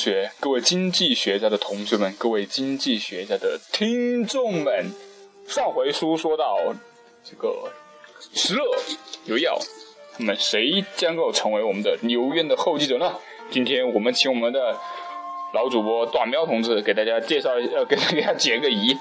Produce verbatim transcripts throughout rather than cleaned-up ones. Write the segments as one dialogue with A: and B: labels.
A: 学，各位经济学家的同学们，各位经济学家的听众们，上回书说到这个石勒、刘耀，他们谁将够成为我们的刘渊的后继者呢？今天我们请我们的老主播短苗同志给大家介绍一下，呃，给大家解个疑。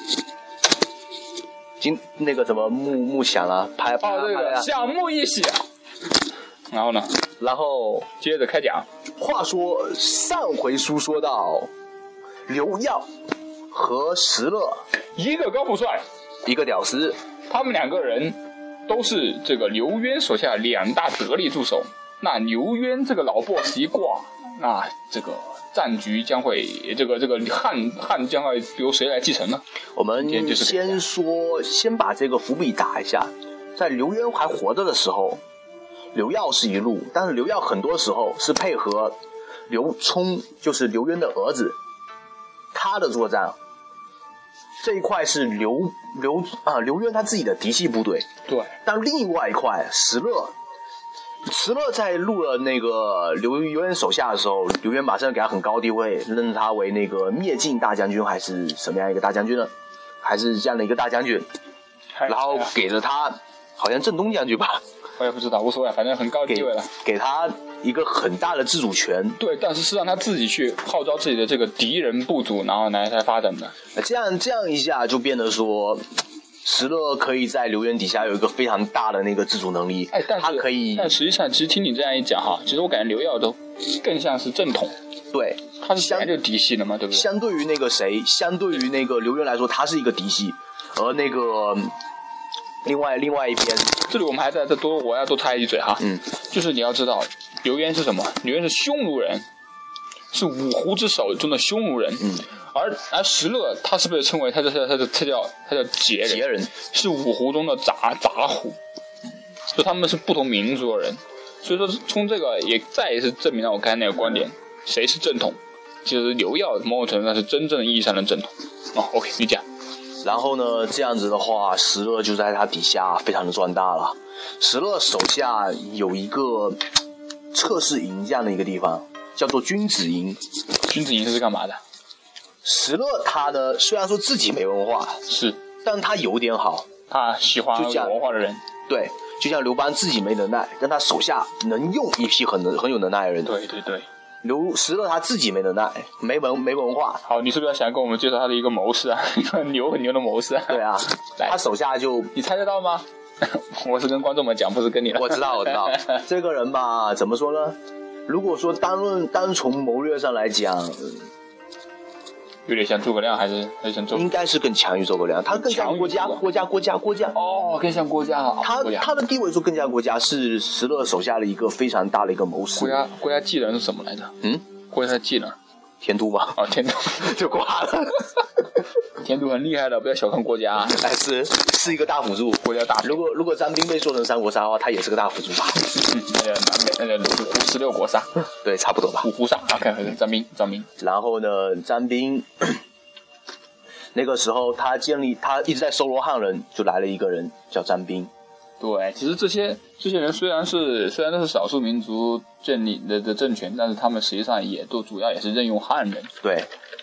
B: 今那个什么木木响了，拍拍
A: 哦，这个响木一响。然后呢？
B: 然后
A: 接着开讲。
B: 话说上回书说到，刘耀和石勒，
A: 一个高富帅，
B: 一个屌丝，
A: 他们两个人都是这个刘渊手下两大得力助手。那刘渊这个老 boss 一挂，那这个战局将会，这个这个汉汉将会由谁来继承呢？
B: 我们先说，先把这个伏笔打一下。在刘渊还活着的时候，刘耀是一路，但是刘耀很多时候是配合刘聪，就是刘渊的儿子，他的作战。这一块是刘刘啊刘渊他自己的嫡系部队。
A: 对。
B: 但另外一块，石勒，石勒在入了那个刘刘渊手下的时候，刘渊马上给他很高地位，认他为那个灭尽大将军，还是什么样一个大将军呢？还是这样的一个大将军，然后给了他好像镇东将军吧。
A: 我也不知道，无所谓，反正很高地位了。
B: 给, 给他一个很大的自主权。
A: 对，但是是让他自己去号召自己的这个敌人部族，然后来才发展的。
B: 这样这样一下就变得说，石勒可以在刘渊底下有一个非常大的那个自主能力。
A: 哎，但是
B: 他可以。
A: 但实际上，其实听你这样一讲哈，其实我感觉刘耀都更像是正统。
B: 对，
A: 他是本来就嫡系的嘛，对不对？
B: 相对于那个谁，相对于那个刘渊来说，他是一个嫡系，而那个。另外，另外一边，
A: 这里我们还在再多，我要多插一嘴哈，嗯，就是你要知道，刘渊是什么？刘渊是匈奴人，是五胡之首中的匈奴人，嗯，而而石勒他是被称为他叫他叫他叫他叫羯人，
B: 羯人
A: 是五胡中的杂杂胡，所以他们是不同民族的人，所以说从这个也再一次证明了我刚才那个观点，谁是正统？其实刘耀某种程度上是真正意义上的正统。哦 ，OK， 你讲。
B: 然后呢，这样子的话，石勒就在他底下非常的壮大了。石勒手下有一个测试营这样的一个地方，叫做君子营。
A: 君子营是干嘛的？
B: 石勒他呢，虽然说自己没文化，
A: 是，
B: 但他有点好，
A: 他喜欢有文化的人。
B: 对，就像刘邦自己没能耐，但他手下能用一批很能很有能耐的人。
A: 对对对。
B: 刘石勒他自己没能耐，没文没文化。
A: 好，你是不是想跟我们介绍他的一个谋士啊？一个牛很牛的谋士啊？
B: 对啊，他手下就
A: 你猜得到吗？我是跟观众们讲，不是跟你的。
B: 我知道，我知道。这个人吧，怎么说呢？如果说单论单从谋略上来讲，
A: 有点像诸葛亮，还是还是像周？
B: 应该是更强于诸葛亮，他更像郭嘉，郭嘉，郭嘉，郭嘉。
A: 哦，更像郭嘉啊。
B: 他他的地位说更加郭嘉，是石勒手下的一个非常大的一个谋士。
A: 郭嘉郭嘉技能是什么来着？嗯，郭嘉的技能
B: 天都吧？
A: 哦，天都
B: 就挂了。
A: 天都很厉害的，不要小看郭嘉。
B: 哎，是是一个大辅助。
A: 郭嘉大。
B: 如果如果张兵被做成三国杀的话，他也是个大辅助吧？
A: 那个南北那个五胡十六国杀，
B: 对，差不多吧。
A: 五胡杀，啊，看张兵，张兵。
B: 然后呢，张兵那个时候他建立，他一直在收罗汉人，就来了一个人叫张兵。
A: 对，其实这些这些人虽然是虽然都是少数民族建立的的政权，但是他们实际上也都主要也是任用汉人。
B: 对。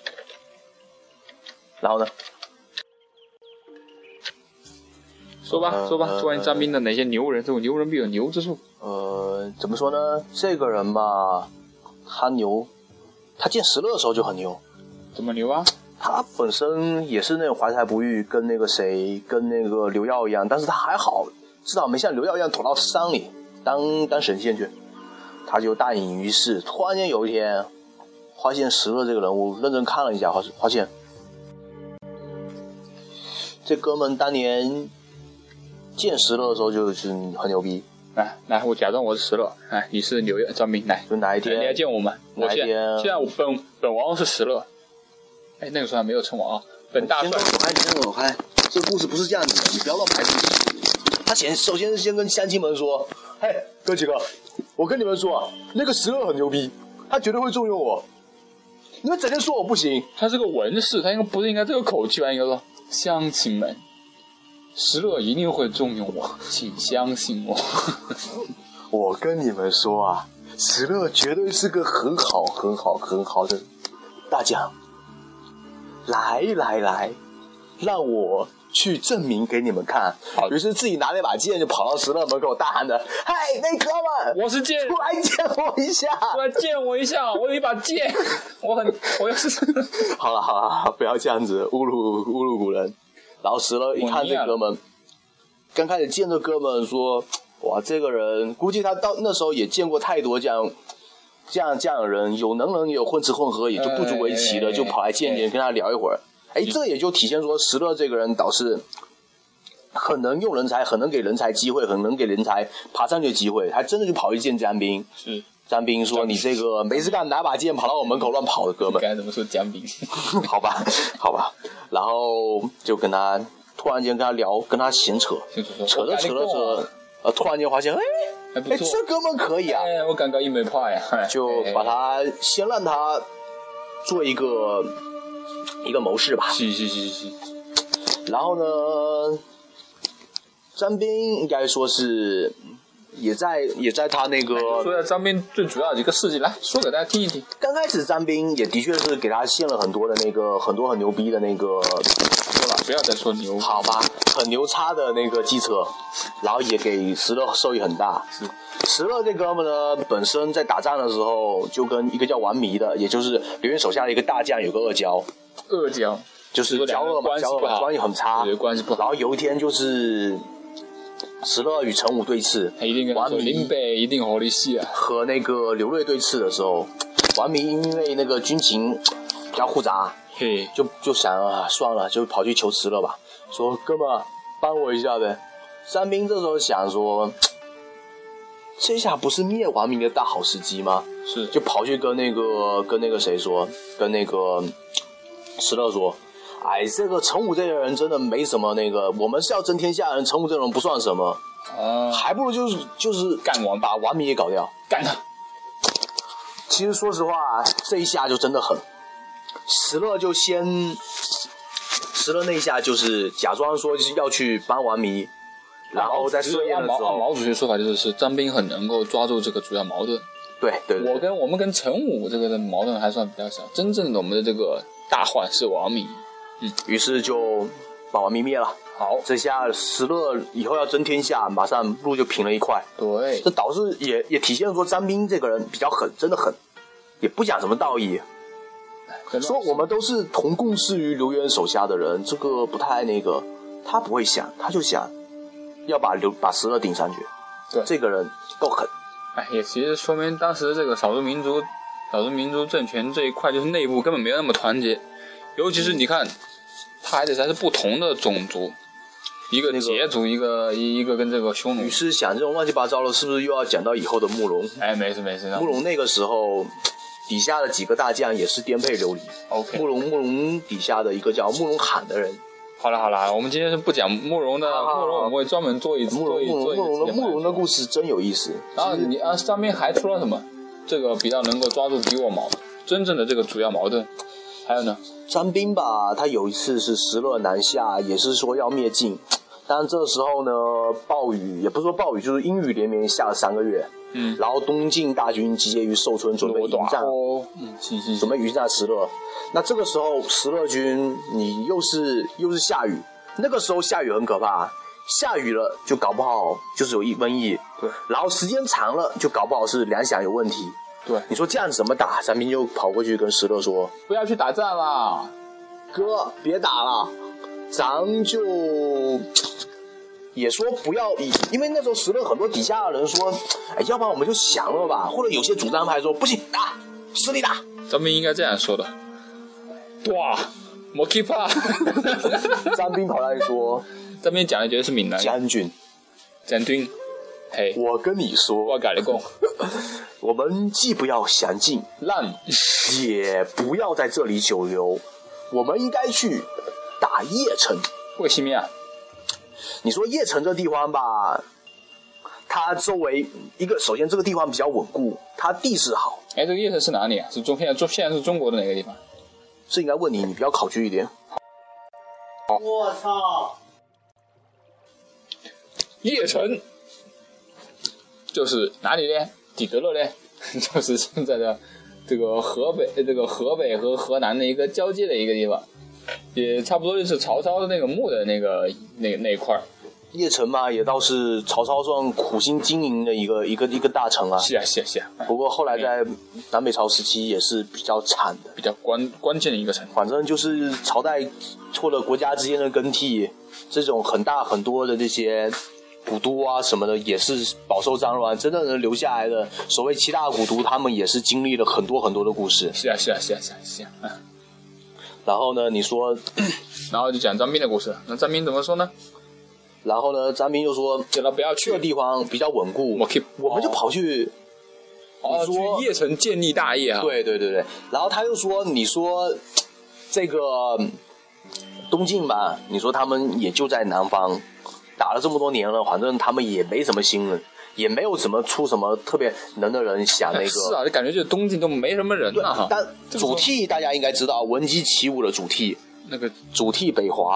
B: 然后呢？
A: 说吧，呃、说吧，说完张兵的哪些牛人？这种牛人必有牛之处。
B: 呃，怎么说呢？这个人吧，他牛，他见石勒的时候就很牛。
A: 怎么牛啊？
B: 他本身也是那种怀才不遇，跟那个谁，跟那个刘耀一样，但是他还好，至少没像刘耀一样躲到山里当当神仙去。他就大隐于世。突然间有一天，发现石勒这个人物，认真看了一下，发现这哥们当年见石勒的时候就是很牛逼。
A: 来来，我假装我是石勒，哎，你是刘张兵，来，
B: 就哪一天
A: 你来见我们？我现在现在我本本王是石勒。哎，那个时候还没有称王啊。本大帅，
B: 先走开，先走开。这个故事不是这样子的，你不要乱排故事。他先首先是先跟乡亲们说：“嘿，哥几个，我跟你们说啊，那个石勒很牛逼，他绝对会重用我。你们整天说我不行。”
A: 他是个文士，他应该不是应该这个口气吧？应该说，乡亲们，石勒一定会重用我，请相信我。
B: 我跟你们说啊， 石勒绝对是个很好很好很好的大将。来来来，让我去证明给你们看。于是自己拿那把剑就跑到石勒门口，大喊着：“嗨，那哥们，
A: 我是剑，
B: 出来见我一下，
A: 出来见我一下，我有一把剑，我很，我要是……
B: 好了好了，不要这样子侮辱侮辱古人。”然后石勒一看这哥们，刚开始见这哥们说：“哇，这个人估计他到那时候也见过太多这样。”这样这样的人，有能人也有混吃混喝，也就不足为奇了，就跑来见见，跟他聊一会儿。哎，这也就体现说石勒这个人倒是很能用人才，很能给人才机会，很能给人才爬上去的机会，还真的就跑去见詹兵。
A: 是
B: 詹兵说：“你这个没事干，拿把剑跑到我门口乱跑的哥们。”
A: 该怎么说姜兵？
B: 好吧，好吧，然后就跟他突然间跟他聊，跟他闲扯，扯着扯着扯，呃，突然间发现，哎。哎，这哥们可以啊！
A: 哎，我感觉一没怕呀，
B: 就把他先让他做一个一个谋士吧。
A: 是是是是。
B: 然后呢，詹兵应该说是也在也在他那个
A: 说下詹兵最主要的几个事迹，来说给大家听一听。
B: 刚开始詹兵也的确是给他献了很多的那个很多很牛逼的那个。
A: 说了，不要再说牛。
B: 好吧，很牛叉的那个机车，然后也给石勒受益很大。
A: 是。
B: 石勒这哥们呢，本身在打仗的时候就跟一个叫王弥的，也就是刘渊手下的一个大将有个恶交。
A: 恶交
B: 就是交恶嘛，交恶嘛，关系很差，
A: 对，关系不好。
B: 然后有一天就是石勒与陈武对峙，
A: 他一定跟他说林北一定和你死啊。
B: 和那个刘瑞对峙的时候，王弥因为那个军情比较复杂。
A: 嘿，
B: 就就想啊，算了，就跑去求石勒吧，说哥们帮我一下呗。詹兵这时候想说，这下不是灭王弥的大好时机吗？
A: 是，
B: 就跑去跟那个跟那个谁说，跟那个石勒说，哎，这个陈武这个人真的没什么那个，我们是要争天下的人，陈武这种不算什么，
A: 啊，
B: 还不如就是就是
A: 干王
B: 把王弥也搞掉，
A: 干他。
B: 其实说实话，这一下就真的狠。石勒就先，石勒那一下就是假装说就是要去帮王弥，然后在设宴的时候，
A: 按毛主席的说法就是是张兵很能够抓住这个主要矛盾。
B: 对对对，
A: 我跟我们跟陈武这个的矛盾还算比较小，真正的我们的这个大患是王弥。嗯，
B: 于是就把王弥灭了。
A: 好，
B: 这下石勒以后要争天下，马上路就平了一块。
A: 对，
B: 这导致也也体现说张兵这个人比较狠，真的狠，也不讲什么道义。说我们都是同共事于刘渊手下的人，这个不太那个，他不会想，他就想要把刘把石勒顶上去。
A: 对，
B: 这个人够狠。
A: 哎，也其实说明当时这个少数民族、少数民族政权这一块，就是内部根本没有那么团结。尤其是你看，他还得还是不同的种族，一个羯族，一个一个跟这个匈奴。
B: 于是想这种乱七八糟的，是不是又要讲到以后的慕容？
A: 哎，没事没事。
B: 慕容那个时候。底下的几个大将也是颠沛流离。
A: OK，
B: 慕容慕容底下的一个叫慕容罕的人。
A: 好了好了，我们今天是不讲慕容的，
B: 好好好
A: 慕容我们会专门做一
B: 慕容慕容慕容的慕容的故事真有意思。
A: 然后你啊上面还出了什么？这个比较能够抓住敌我矛真正的这个主要矛盾。还有呢？
B: 张兵吧，他有一次是石勒南下，也是说要灭晋，但是这时候呢，暴雨也不是说暴雨，就是阴雨连绵下了三个月。
A: 嗯，
B: 然后东晋大军集结于寿春，准备迎战，
A: 嗯，行行，
B: 准备迎战石勒。那这个时候石勒军，你又是又是下雨，那个时候下雨很可怕，下雨了就搞不好就是有一瘟疫，
A: 对，
B: 然后时间长了就搞不好是粮饷有问题，
A: 对。
B: 你说这样子怎么打？张兵就跑过去跟石勒说：“
A: 不要去打仗啦，
B: 哥，别打了，咱就。”也说不要，因为那时候石勒很多底下的人说，哎，要不然我们就降了吧，或者有些主张派说不行，打，实力打。
A: 咱们应该这样说的。哇，莫 keep 啊！
B: 张兵跑来说，
A: 张兵讲的绝对是闽南
B: 将军，
A: 将军，嘿，
B: 我跟你说，
A: 我跟你讲，
B: 我们既不要降晋，
A: 烂，
B: 也不要在这里久留，我们应该去打邺城。
A: 为什么呀？
B: 你说邺城这地方吧，它周围一个，首先这个地方比较稳固，它地势好。
A: 哎，这个邺城是哪里啊？是中现在中现在是中国的哪个地方？
B: 这应该问你，你比较考据一点。我操！
A: 邺城就是哪里呢？底德勒呢？ 就是现在的这个河北，这个河北和河南的一个交界的一个地方，也差不多就是曹操的那个墓的那个那那一块儿。
B: 邺城嘛，也倒是曹操算苦心经营的一个一个一个大城啊。
A: 是啊，是啊，是啊。
B: 不过后来在南北朝时期也是比较惨的，
A: 比较关关键的一个城。
B: 反正就是朝代或者国家之间的更替，这种很大很多的这些古都啊什么的，也是饱受战乱。真的能留下来的所谓七大古都，他们也是经历了很多很多的故事。
A: 是啊，是啊，是啊，是啊，是啊。嗯、
B: 然后呢，你说，
A: 然后就讲张斌的故事。那张斌怎么说呢？
B: 然后呢，张斌就说：“
A: 叫他不要去，
B: 这个地方比较稳固，
A: 我可以，
B: 我们就跑去。
A: 哦”你说去邺城建立大业啊？
B: 对对对对。然后他又说：“你说这个东晋吧，你说他们也就在南方，打了这么多年了，反正他们也没什么新人，也没有什么出什么特别能的人想那个。”
A: 是啊，就感觉就东晋都没什么人了哈。
B: 但主替大家应该知道，闻鸡起舞的主替，
A: 那个
B: 主替北华。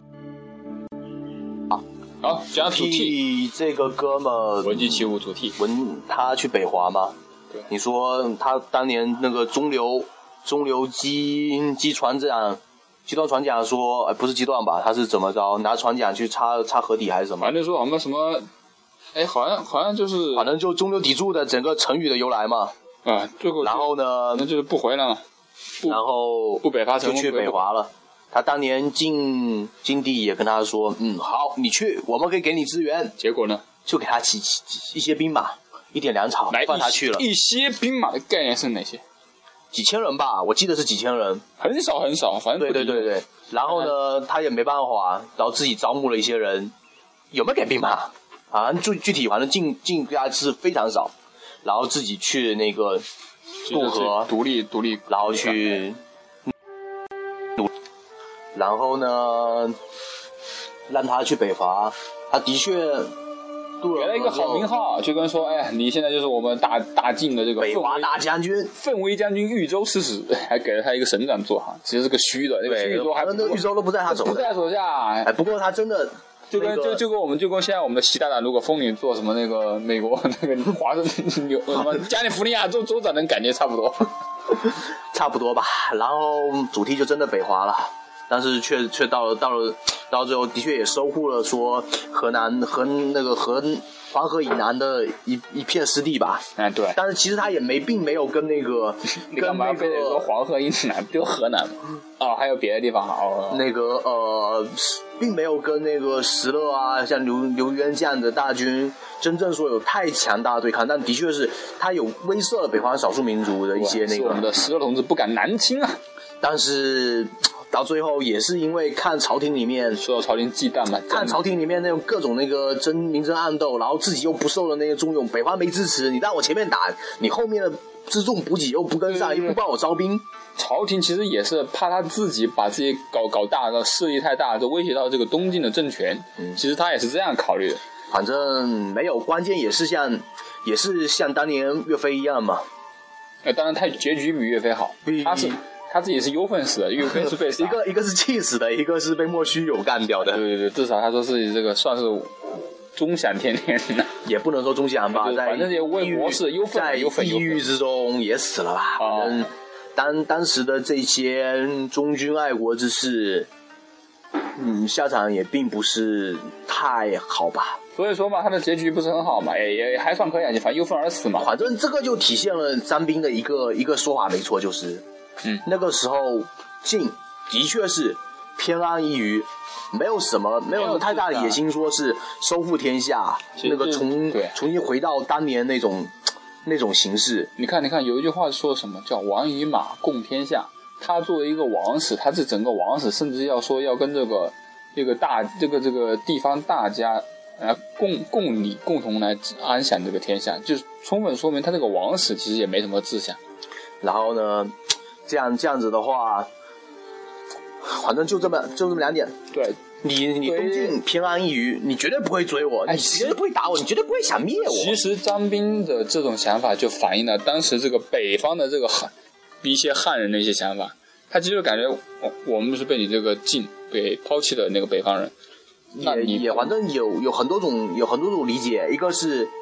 A: 好，讲主替
B: 这个哥们，
A: 闻鸡起舞主替，
B: 闻他去北华吗？
A: 对，
B: 你说他当年那个中流中流击击船桨，击断船桨说，哎，不是击断吧？他是怎么着？拿船桨去插插河底还是什么？
A: 反正说我们什么，哎，好像好像就是，
B: 反正就中流砥柱的整个成语的由来嘛。
A: 啊，最后
B: 然后呢？
A: 那就是不回来了，
B: 然后
A: 不北伐成
B: 就去北华了。他当年晋晋帝也跟他说，嗯，好，你去，我们可以给你资源。
A: 结果呢，
B: 就给他起起一些兵马，一点粮草，放他去了。
A: 一些兵马的概念是哪些？
B: 几千人吧，我记得是几千人，
A: 很少很少，反正
B: 对对对对。然后呢，他也没办法，然后自己招募了一些人，有没有给兵马啊？具具体反正进进家是非常少，然后自己去那个渡河
A: 独立独立，
B: 然后去。然后呢，让他去北伐，他的确
A: 给了一个好名号，就跟说，哎，你现在就是我们大大晋的这个
B: 北伐大将军，
A: 奋威将军、豫州刺史，还给了他一个省长做哈，其实是个虚的，那个虚州还
B: 那豫州都不在他手，
A: 不在手下。
B: 哎，不过他真的
A: 就跟、那个、就就跟我们就跟现在我们的习大大如果封你做什么那个美国那个华盛顿纽什么加利福尼亚州州长的感觉差不多，
B: 差不多吧。然后主题就真的北伐了。但是却却到了到了到最后，的确也收复了说河南河那个河黄河以南的一一片湿地吧。
A: 哎，对。
B: 但是其实他也没并没有跟那个
A: 你干嘛非得说黄河以南不就河南吗？哦，还有别的地方哦。
B: 那个呃，并没有跟那个石勒啊，像刘刘渊这样的大军真正说有太强大的对抗，但的确是他有威慑了北方少数民族的一些那个。
A: 是我们的石勒同志不敢南侵啊。
B: 但是。到最后也是因为看朝廷里面
A: 受到朝廷忌惮嘛，
B: 看朝廷里面那种各种那个争明争暗斗，然后自己又不受了那个重用，北方没支持，你让我前面打，你后面的辎重补给又不跟上，又不帮我招兵。
A: 朝廷其实也是怕他自己把自己搞搞大，的势力太大，就威胁到这个东晋的政权。嗯，其实他也是这样考虑的。
B: 反正没有，关键也是像也是像当年岳飞一样嘛。
A: 呃，当然他结局比岳飞好，他是。他自己是忧愤死的，岳飞是被
B: 一个一个是气死的，一个是被莫须有干掉的。
A: 对对对，至少他说自己这个算是终享天年的，
B: 也不能说终享吧，
A: 反正也为国事忧愤，
B: 在
A: 忧愤
B: 抑郁之中也死了吧。
A: 啊、
B: 反正当当时的这些忠君爱国之士，嗯，下场也并不是太好吧。
A: 所以说嘛，他的结局不是很好嘛，也也还算可以，反正忧愤而死嘛。
B: 反正这个就体现了张斌的一个一个说法，没错，就是。
A: 嗯，
B: 那个时候晋的确是偏安一隅，没有什么没有什么太大的野心，说是收复天下，那个重重新回到当年那种那种形式。
A: 你看，你看，有一句话说什么叫“王与马，共天下”。他作为一个王室，他是整个王室，甚至要说要跟这个这个大这个这个地方大家呃共共理共同来安享这个天下，就是充分说明他这个王室其实也没什么志向。
B: 然后呢？这样这样子的话，反正就这么就这么两点。
A: 对，
B: 你你东晋偏安一隅，你绝对不会追我，
A: 哎、
B: 你绝对不会打我，你绝对不会想灭我。
A: 其实张斌的这种想法就反映了当时这个北方的这个汉一些汉人的一些想法，他其实感觉我我们是被你这个晋被抛弃的那个北方人。
B: 也也反正有有很多种有很多种理解，一个是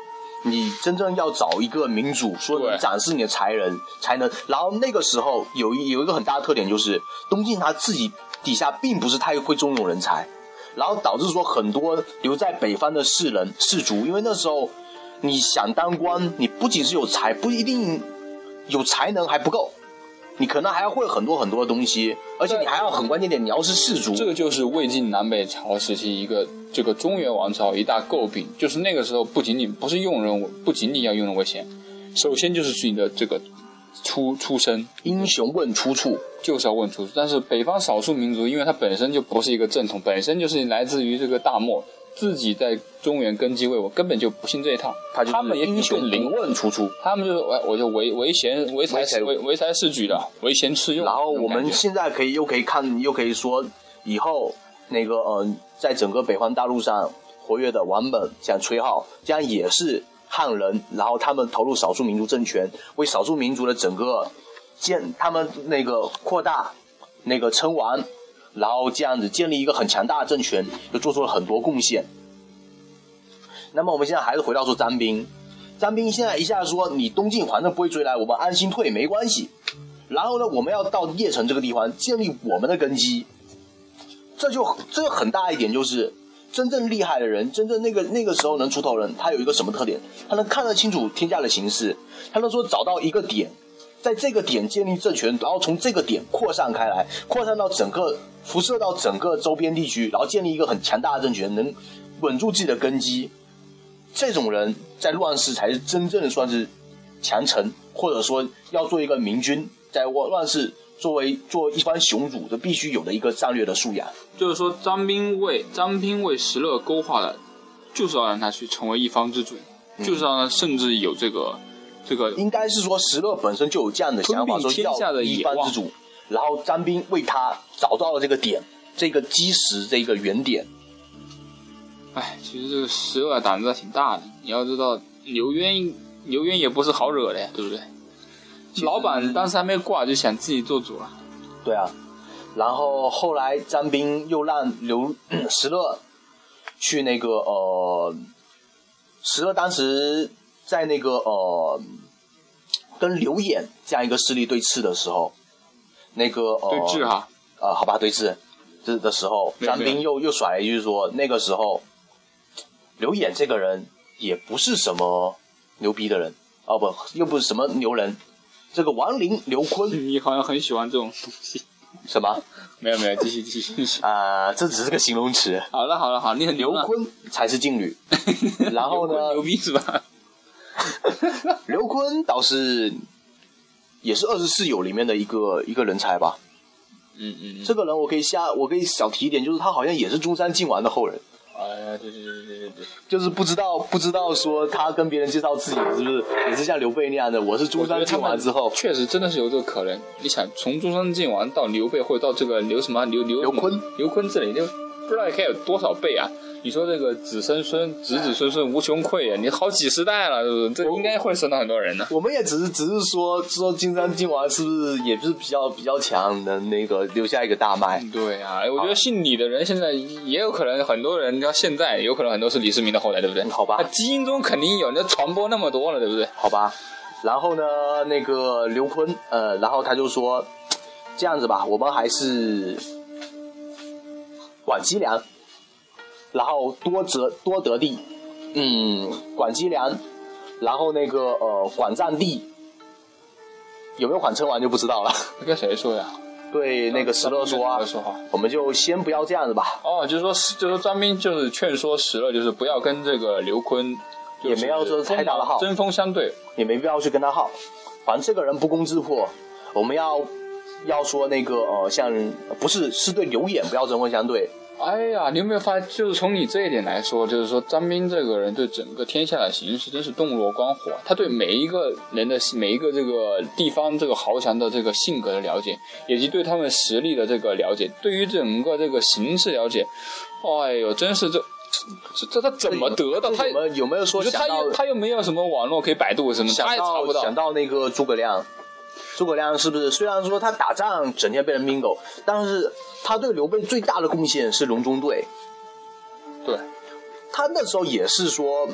B: 你真正要找一个民主，说能展示你的才能，才能。然后那个时候有一有一个很大的特点，就是东晋他自己底下并不是太会重用人才，然后导致说很多留在北方的士人士族，因为那时候你想当官，你不仅是有才，不一定有才能还不够。你可能还要会很多很多的东西，而且你还要很关键点，你要是士族。
A: 这个就是魏晋南北朝时期一个这个中原王朝一大诟病，就是那个时候不仅仅不是用人，不仅仅要用人为先，首先就是你的这个出出身，
B: 英雄问出处，
A: 就是要问出处。但是北方少数民族，因为它本身就不是一个正统，本身就是来自于这个大漠。自己在中原根基未稳，根本就不信这一套。
B: 他
A: 们也
B: 英雄不问出处，
A: 他们就是我我就唯唯贤唯才唯唯才是举的，唯贤是用。
B: 然后我们现在可以又可以看，又可以说以后那个呃，在整个北方大陆上活跃的王本像崔颢，这样也是汉人，然后他们投入少数民族政权，为少数民族的整个建他们那个扩大那个称王。然后这样子建立一个很强大的政权，又做出了很多贡献。那么我们现在还是回到说张彬，张彬现在一下说你东晋反正不会追来，我们安心退没关系。然后呢，我们要到邺城这个地方建立我们的根基。这就这就很大一点，就是真正厉害的人，真正那个那个时候能出头人，他有一个什么特点？他能看得清楚天下的形势，他能说找到一个点。在这个点建立政权，然后从这个点扩散开来，扩散到整个辐射到整个周边地区，然后建立一个很强大的政权，能稳住自己的根基。这种人在乱世才是真正的算是强臣，或者说要做一个明君，在乱世作为做一番雄主，这必须有的一个战略的素养。
A: 就是说，张彬为张彬为石勒勾画的，就是要让他去成为一方之主，嗯、就是让他甚至有这个。这个
B: 应该是说石勒本身就有这样的想法，说要一方之主，然后张彬为他找到了这个点，这个基石，这个原点。
A: 哎，其实这个石勒胆子挺大的，你要知道刘渊，刘渊也不是好惹的呀，对不对？老板当时还没挂就想自己做主了。
B: 对啊，然后后来张彬又让刘石勒去那个呃，石勒当时。在那个呃，跟刘演这样一个势力对峙的时候，那个呃，
A: 对峙哈，
B: 呃，好吧，对峙这的时候，张彬又又甩了一句说，那个时候，刘演这个人也不是什么牛逼的人，哦不，又不是什么牛人，这个王陵、刘琨，
A: 你好像很喜欢这种东西，
B: 什么？
A: 没有没有，继续继续。
B: 啊、呃，这只是个形容词。
A: 好了好了好，你很
B: 刘琨才是劲旅，然后呢？
A: 牛逼是吧？
B: 刘琨倒是也是二十四友里面的一个一个人才吧。
A: 嗯嗯，
B: 这个人我可以下我可以小提一点，就是他好像也是中山靖王的后人。
A: 哎呀，对对对对对对，
B: 就是不知道不知道说他跟别人介绍自己是不是也是像刘备那样的，我是中山靖王之后，
A: 确实真的是有这个可能。你想从中山靖王到刘备，或者到这个刘什么刘刘
B: 刘琨
A: 刘琨这里，就不知道可以有多少倍啊！你说这个子孙孙子子孙孙无穷匮啊，你好几十代了，是不是？这应该会生到很多人呢。
B: 我们也只是只是说说金山靖王是不是也是比较比较强，能那个留下一个大脉。
A: 对啊，我觉得姓李的人现在也有可能很多人，要现在有可能很多是李世民的后代，对不对？
B: 好吧，
A: 他基因中肯定有，那传播那么多了，对不对？
B: 好吧，然后呢，那个刘琨，呃，然后他就说这样子吧，我们还是管积粮。然后多得多得地，嗯，管积粮，然后那个呃管占地，有没有管称王就不知道了。
A: 跟谁说呀？
B: 对那个石勒说啊，我们就先不要这样子吧。
A: 哦，就是说，就是说张彬就是劝说石勒，就是不要跟这个刘琨，
B: 也没要说太大的号，
A: 针锋相对，
B: 也没必要去跟他耗。反正这个人不攻自破，我们要要说那个呃，像不是是对刘演不要针锋相对。
A: 哎呀，你有没有发现，就是从你这一点来说，就是说张彬这个人对整个天下的形势真是洞若观火，他对每一个人的每一个这个地方这个豪强的这个性格的了解，以及对他们实力的这个了解，对于整个这个形势了解，哎呦，真是这这这他怎么得到？他
B: 有没有说
A: 他又他又没有什么网络可以百度什么，他也查不到。
B: 想到那个诸葛亮。诸葛亮是不是虽然说他打仗整天被人命狗，但是他对刘备最大的贡献是隆中对。
A: 对，
B: 他那时候也是说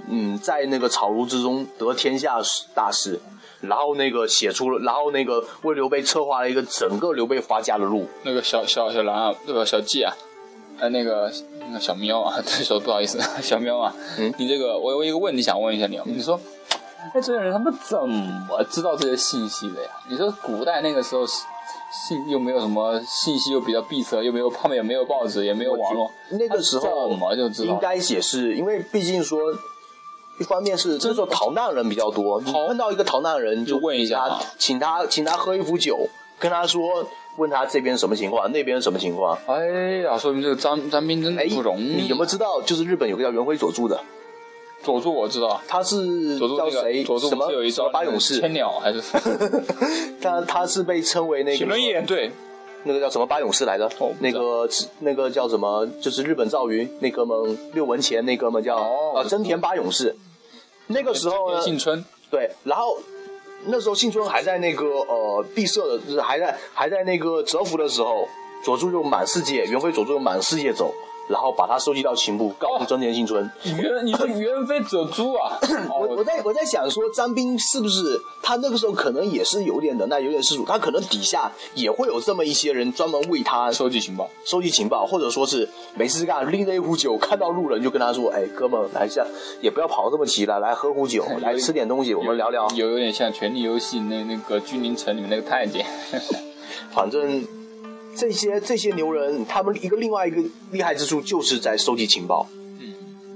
B: 嗯，在那个草庐之中得天下大事，然后那个写出了，然后那个为刘备策划了一个整个刘备发家的路。
A: 那个小小小狼啊，那个小季啊，呃，那个那个小喵啊，这时候不好意思，小喵啊，嗯，你这个我有一个问题想问一下你，你说，哎，这些人他们怎么知道这些信息的呀？你说古代那个时候信又没有什么信息，又比较闭塞，又没有他们也没有报纸，也没有网络，
B: 那个时候
A: 怎么就知道？
B: 应该也是因为毕竟说。一方面是这时候逃难人比较多，你碰到一个逃难人
A: 就问一下他，
B: 请他请他喝一壶酒，跟他说，问他这边什么情况，那边什么情况。
A: 哎呀，说明这个张张斌真的不容易。
B: 你有没有知道，就是日本有个叫元辉佐助的？
A: 佐助我知道，
B: 他是叫谁？
A: 佐助
B: 什么
A: 有一招
B: 八勇士？
A: 千鸟还是？
B: 他他是被称为那个。
A: 铁轮眼对。
B: 那个叫什么八勇士来着？
A: 哦、
B: 那个那个叫什么？就是日本赵云那哥们，六文钱那哥们叫
A: 哦
B: 呃真田八勇士。那个时候呢，
A: 幸村
B: 对，然后那时候幸村还在那个呃闭塞的，就是还在还在那个蛰伏的时候，佐助就满世界，元辉佐助就满世界走，然后把他收集到情报，告诉真田幸村。
A: 元，你是元飞佐助啊？
B: 我我在我在想说，张斌是不是他那个时候可能也是有点能耐，有点世俗，他可能底下也会有这么一些人专门为他
A: 收集情报，
B: 收集情报，或者说是没事干拎着一壶酒，看到路人就跟他说：“哎，哥们，来一下，也不要跑这么急了，来喝壶酒，来吃点东西，我们聊聊。”
A: 有有点像《权力游戏》那那个君临城里面那个太监。
B: 反正这些这些牛人，他们一个另外一个厉害之处就是在收集情报。
A: 嗯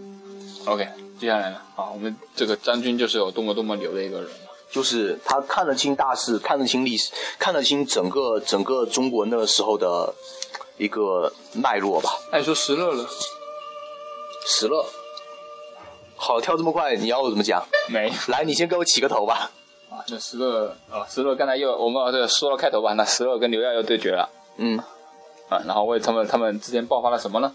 A: ，OK， 接下来呢？啊，我们这个张军就是有多么多么牛的一个人。
B: 就是他看得清大事，看得清历史，看得清整个整个中国那个时候的一个脉络吧。
A: 那你说石勒了？
B: 石勒，好，跳这么快，你要我怎么讲？
A: 没，
B: 来，你先给我起个头吧。
A: 啊，那石勒啊，石勒刚才又我们这个说了开头吧，那石勒跟刘耀又对决了。
B: 嗯，
A: 啊，然后为他们他们之间爆发了什么呢？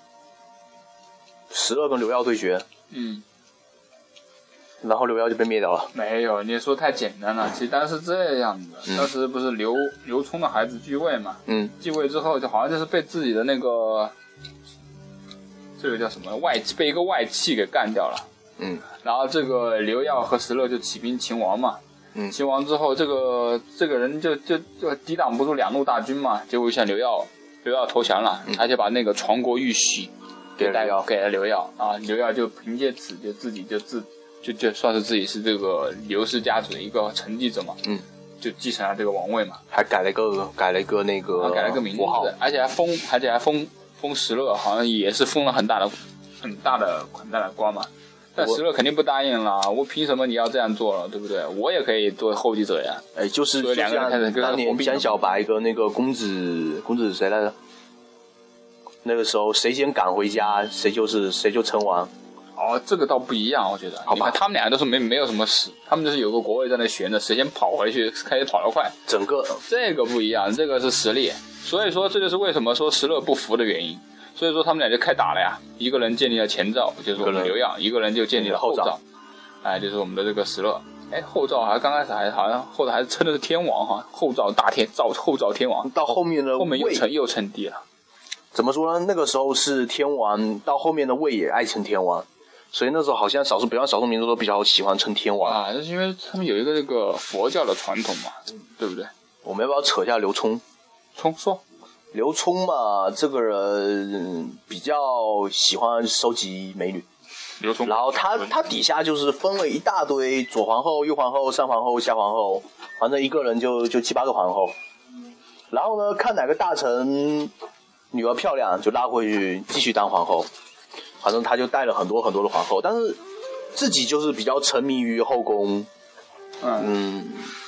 B: 石勒跟刘耀对决。
A: 嗯。
B: 然后刘耀就被灭掉了。
A: 没有，你说太简单了。其实当时是这样的，嗯、当时不是刘刘聪的孩子继位嘛？
B: 嗯。
A: 继位之后，就好像就是被自己的那个这个叫什么外被一个外戚给干掉了。
B: 嗯。
A: 然后这个刘耀和石勒就起兵秦王嘛。
B: 嗯。
A: 秦王之后，这个这个人就就就抵挡不住两路大军嘛，结果向刘耀刘耀投降了，嗯、而且把那个传国玉玺给了刘耀，给了刘耀啊。刘耀就凭借此就自己就自。就就算是自己是这个刘氏家族的一个承继者嘛，
B: 嗯，
A: 就继承了这个王位嘛，
B: 还改了一个改了一个那个
A: 改了一个名字，而且还封，而且还封封石勒，好像也是封了很大的很大的很大的官嘛。但石勒肯定不答应了，我凭什么你要这样做了，对不对？我也可以做后继者呀。
B: 哎，就是
A: 所以两个人开始
B: 当年江小白跟那个公子公子谁来着？那个时候谁先赶回家，谁就是谁就称王。
A: 哦，这个倒不一样，我觉得。好吧，他们俩都是没没有什么事，他们就是有个国位在那悬着，谁先跑回去，开始跑得快。
B: 整个
A: 这个不一样，这个是实力，所以说这就是为什么说石勒不服的原因。所以说他们俩就开打了呀，一个人建立了前兆，就是我们刘耀；一个人就建立了后兆，哎，就是我们的这个石勒。哎，后赵还刚开始还好像后头还是称的是天王哈，后赵大天赵后赵天王。
B: 到后面的
A: 后面又称又称帝了。
B: 怎么说呢？那个时候是天王，到后面的魏也爱称天王。所以那时候好像少数，比方少数民族都比较喜欢称天王
A: 啊，那是因为他们有一个这个佛教的传统嘛，对不对？
B: 我们要不要扯一下刘聪？
A: 聪说，
B: 刘聪嘛，这个人比较喜欢收集美女。
A: 刘聪，
B: 然后他他底下就是分了一大堆左皇后、右皇后、上皇后、下皇后，反正一个人就就七八个皇后。然后呢，看哪个大臣女儿漂亮，就拉回去继续当皇后。反正他就带了很多很多的皇后，但是自己就是比较沉迷于后宫。嗯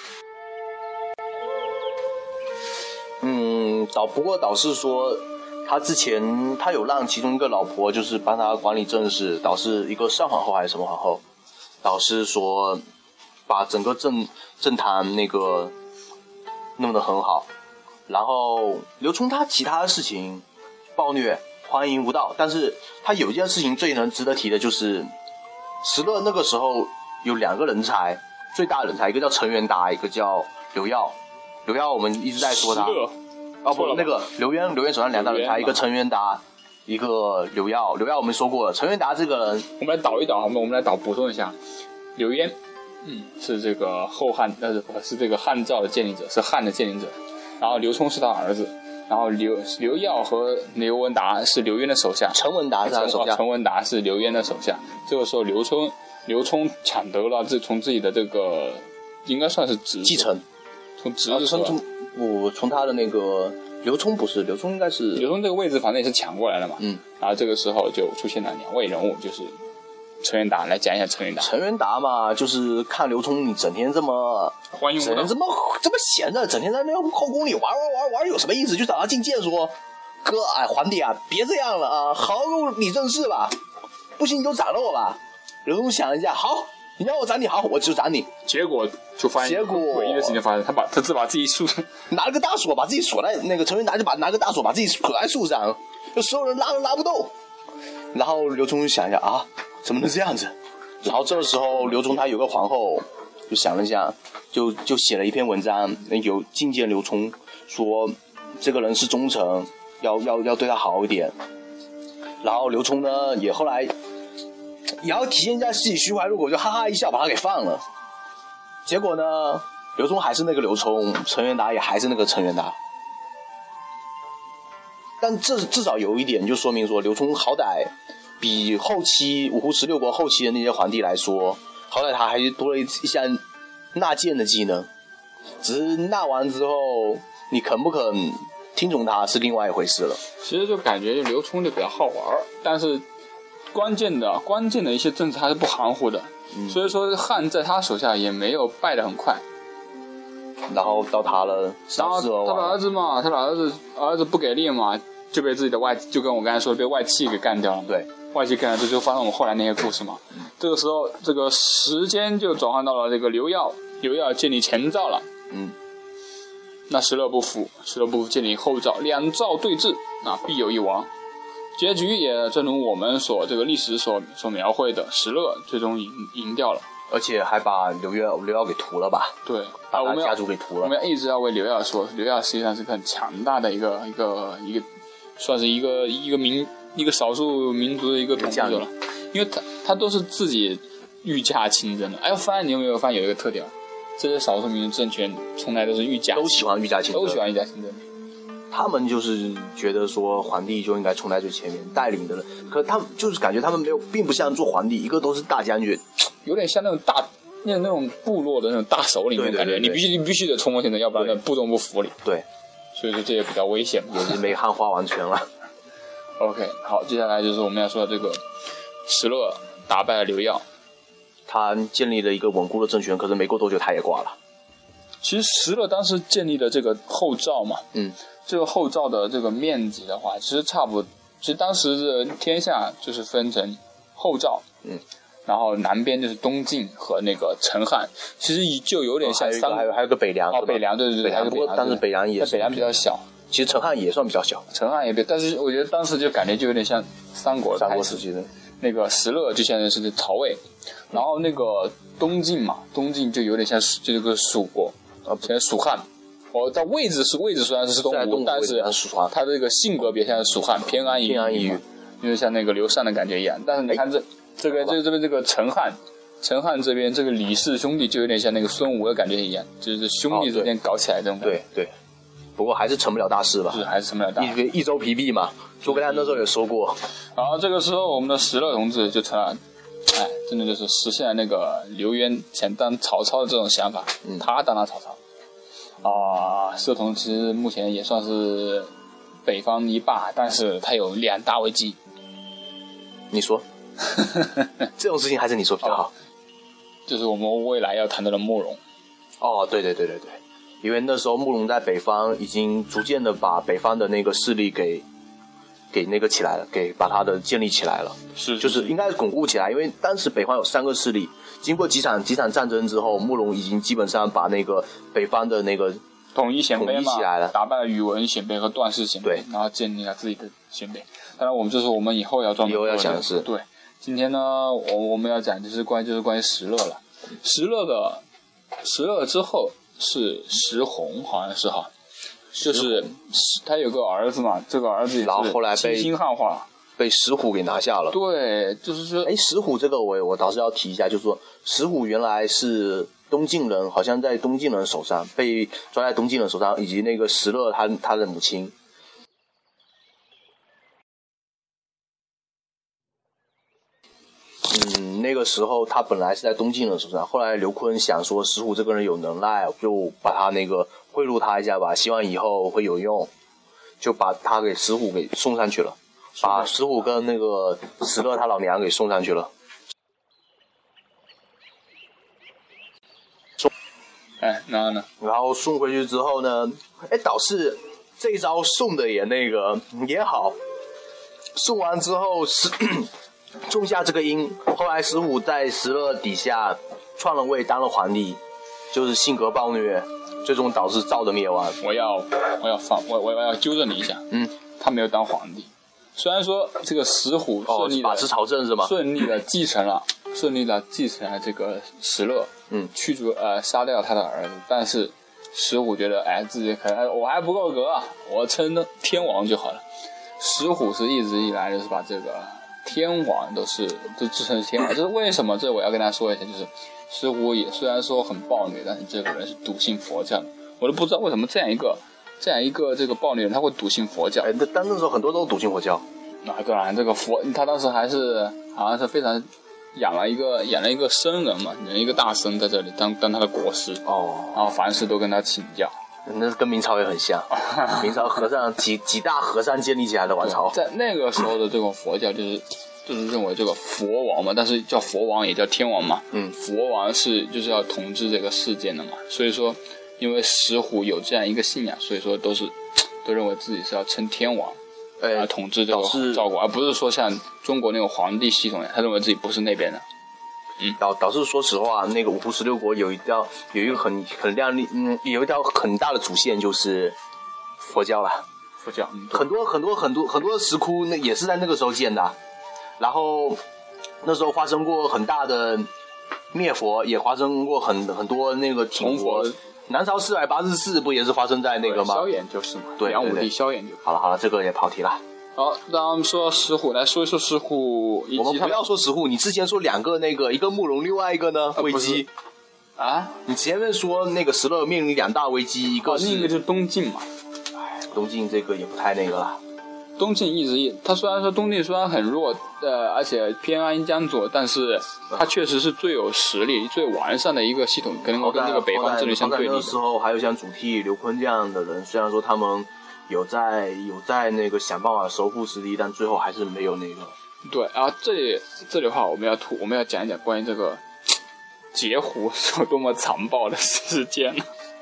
B: 嗯，导不过导是说，他之前他有让其中一个老婆就是帮他管理政事，导是一个上皇后还是什么皇后，导是说把整个政政坛那个弄得很好。然后刘聪他其他的事情暴虐。欢迎无道，但是他有一件事情最能值得提的就是石勒那个时候有两个人才，最大的人才，一个叫陈元达，一个叫刘耀。刘耀我们一直在说他，哦不，那个刘渊，刘渊手上两大人才，一个陈元达， 一个刘耀，刘耀我们说过了，陈元达这个人，
A: 我们来导一导，我们我们来导补充一下，刘焉，嗯，是这个后汉，呃，不是这个汉赵的建立者，是汉的建立者。然后刘聪是他儿子，然后刘刘耀和刘文达是刘渊的手下，
B: 陈文达是他的手下，
A: 陈文达是刘渊的手下。这个时候刘聪刘聪抢得了自从自己的这个应该算是侄
B: 继承，
A: 从侄子
B: 从从我从他的那个刘聪不是刘聪应该是
A: 刘聪这个位置反正也是抢过来了嘛，
B: 嗯，
A: 然后这个时候就出现了两位人物，就是陈元达，来讲一下陈元达。
B: 陈元达嘛，就是看刘聪你整天这么
A: 欢迎我，
B: 整天这么这么闲着，整天在那个后宫里玩玩玩玩，有什么意思？就找他进谏说，哥，哎，皇帝啊，别这样了啊，好好理政事吧，不行你就斩了我吧。刘聪想一下，好，你让我斩你好，我就斩你。
A: 结果就发现
B: 结果
A: 诡异的事情发生，他把他自把自己树
B: 拿了个大锁，把自己锁在那个陈元达就把拿个大锁把自己锁在树上，就所有人拉都拉不动。然后刘聪就想一下啊，怎么能这样子？然后这个时候刘聪他有个皇后，就想了一下，就就写了一篇文章，有进谏刘聪说这个人是忠臣，要要要对他好一点。然后刘聪呢也后来也要体现一下自己虚怀若谷，就哈哈一笑把他给放了。结果呢，刘聪还是那个刘聪，陈元达也还是那个陈元达。但至至少有一点就说明说，刘聪好歹比后期五胡十六国后期的那些皇帝来说，好歹他还多了一一项纳谏的技能。只是纳完之后，你肯不肯听从他是另外一回事了。
A: 其实就感觉刘聪就比较好玩，但是关键的关键的一些政策还是不含糊的，嗯、所以说汉在他手下也没有败得很快。
B: 然后到他了，
A: 然后他的儿子嘛，他的儿子儿子不给力嘛，就被自己的外就跟我刚才说的被外戚给干掉了。
B: 对，
A: 外戚干掉，这就发生我们后来那些故事嘛。嗯、这个时候，这个时间就转换到了这个刘耀，刘耀建立前赵了。
B: 嗯，
A: 那石勒不服，石勒不服建立后赵，两赵对峙，那必有一亡。结局也正如我们所这个历史所所描绘的，石勒最终赢赢掉了。
B: 而且还把刘耀刘耀给屠了吧？
A: 对，
B: 把他家族给屠了。
A: 我们要一直要为刘耀说，刘耀实际上是个很强大的一个一个一个，算是一个一个民一个少数民族的一个统治者了，因为他他都是自己御驾亲征的。哎，发现你有没有发现有一个特点？这些少数民族政权从来都是御驾，
B: 都喜欢御驾亲征，
A: 都喜欢御驾亲征。
B: 他们就是觉得说皇帝就应该冲在最前面带领的人，可他们就是感觉他们没有，并不像做皇帝，一个都是大将军，
A: 有点像那种大那那种部落的那种大首领的感觉，你必须你必须得冲过前头，要不然呢部众不服你。
B: 对，
A: 所以说这也比较危险嘛，
B: 也是没汉化完全了。
A: OK， 好，接下来就是我们要说的这个石勒打败了刘耀，
B: 他建立了一个稳固的政权，可是没过多久他也挂了。
A: 其实石勒当时建立的这个后赵嘛，
B: 嗯。
A: 这个后赵的这个面积的话，其实差不多。其实当时的天下就是分成后赵，
B: 嗯，
A: 然后南边就是东晋和那个陈汉，其实就有点像三、
B: 哦、还有还有个北凉，
A: 哦，北凉对对对，
B: 北凉，不过但是北凉也是
A: 北凉比较小，
B: 其实陈汉也算比较小，
A: 陈汉也比，但是我觉得当时就感觉就有点像三国
B: 三国时期的
A: 那个石勒就现在是曹魏，然后那个东晋嘛，东晋就有点像就这个蜀国，啊，现在蜀汉。哦，在位置是位置虽然是东吴，但是他这个性格别像蜀汉，偏安一隅，就是像那个刘禅的感觉一样。但是你看这这个这这边这个陈汉，陈汉这边这个李氏兄弟就有点像那个孙吴的感觉一样，就是兄弟之间搞起来这种感觉。
B: 对对，不过还是成不了大事吧？
A: 是还是成不了大事。
B: 一一周疲弊嘛，诸葛亮那时候也说过。
A: 然后这个时候我们的石勒同志就成了，哎，真的就是实现了那个刘渊想当曹操的这种想法，
B: 嗯、
A: 他当了曹操。啊，石勒同志其实目前也算是北方一霸，但是他有两大危机。
B: 你说，这种事情还是你说比较好。
A: 就是我们未来要谈到的慕容。
B: 哦，对对对对对，因为那时候慕容在北方已经逐渐的把北方的那个势力给给那个起来了，给把它的建立起来了，
A: 是
B: 就是应该是巩固起来。因为当时北方有三个势力。经过几场几场战争之后，慕容已经基本上把那个北方的那个
A: 统一鲜卑嘛，
B: 起来了，
A: 打败了宇文鲜卑和段氏鲜卑，
B: 对，
A: 然后建立了自己的鲜卑。当然，我们这是我们以后要专门
B: 以后要讲的是
A: 对。今天呢，我我们要讲就是关于就是关于石勒了。石勒的石勒之后是石弘，好像是哈，就是他有个儿子嘛，这个儿子也是
B: 然后后来被
A: 亲汉化。
B: 被石虎给拿下了。
A: 对，就是说，
B: 哎，石虎这个我我倒是要提一下，就是说石虎原来是东晋人，好像在东晋人手上被抓在东晋人手上，以及那个石勒他他的母亲。嗯，那个时候他本来是在东晋人手上，后来刘琨想说石虎这个人有能耐，就把他那个贿赂他一下吧，希望以后会有用，就把他给石虎给送上去了，把石虎跟那个石勒他老娘给送上去了。
A: 哎，然后呢？
B: 然后送回去之后呢，哎，倒是这一招送的也那个也好，送完之后是种下这个因，后来石虎在石勒底下篡了位，当了皇帝，就是性格暴虐，最终导致赵的灭亡。
A: 我要我要放我我要纠正你一下，
B: 嗯，
A: 他没有当皇帝，虽然说这个石虎顺利的、
B: 哦、把持朝政是吗？
A: 顺利的继承了，顺利的继承了这个石勒，
B: 嗯，
A: 驱逐呃杀掉他的儿子，但是石虎觉得哎自己可能我还不够格，我称天王就好了。石虎是一直以来就是把这个天王都是都自称是天王，这是为什么？这我要跟大家说一下，就是石虎也虽然说很暴虐，但是这个人是笃信佛教的，我都不知道为什么这样一个这样一个这个暴虐人他会笃信佛教。
B: 哎，但那时候很多都笃信佛教。
A: 啊，当然这个佛他当时还是好像是非常养了一个养了一个僧人嘛，养一个大僧在这里当当他的国师
B: 哦，
A: 然后凡事都跟他请教。
B: 那跟明朝也很像，明朝和尚几几大和尚建立起来的王朝，
A: 在那个时候的这种佛教就是就是认为这个佛王嘛，但是叫佛王也叫天王嘛，
B: 嗯，
A: 佛王是就是要统治这个世界的嘛，所以说因为石虎有这样一个信仰，所以说都是都认为自己是要称天王，
B: 哎，
A: 啊统治这个赵国，而不是说像中国那种皇帝系统，他认为自己不是那边的。嗯，
B: 导导致说实话，那个五胡十六国有一条有一个很很亮丽，嗯，有一条很大的主线就是佛教了。
A: 佛教，嗯、
B: 很多很多很多很多的石窟，那也是在那个时候建的。然后那时候发生过很大的灭佛，也发生过很很多那个挺佛。南朝四百八十四不也是发生在那个吗？
A: 萧衍就是嘛，
B: 对，
A: 梁武帝萧衍就。
B: 好了好了，这个也跑题了。
A: 好，那我们说到石虎，来说一说石虎以及。
B: 我们不要说石虎，你之前说两个那个，一个慕容，另外一个呢危机
A: 啊？
B: 你前面说那个石勒面临两大危机，一个是、
A: 哦、另一个就是东晋嘛。
B: 哎，东晋这个也不太那个了。
A: 东晋一直，他虽然说东晋虽然很弱，呃，而且偏安江左，但是他确实是最有实力、最完善的一个系统，跟跟这个北方势力相对立的。
B: 那时候还有像主替刘琨这样的人，虽然说他们有在有在那个想办法收复失地，但最后还是没有那个。
A: 对啊，这里这里的话，我们要吐，我们要讲一讲关于这个截胡是有多么残暴的事件。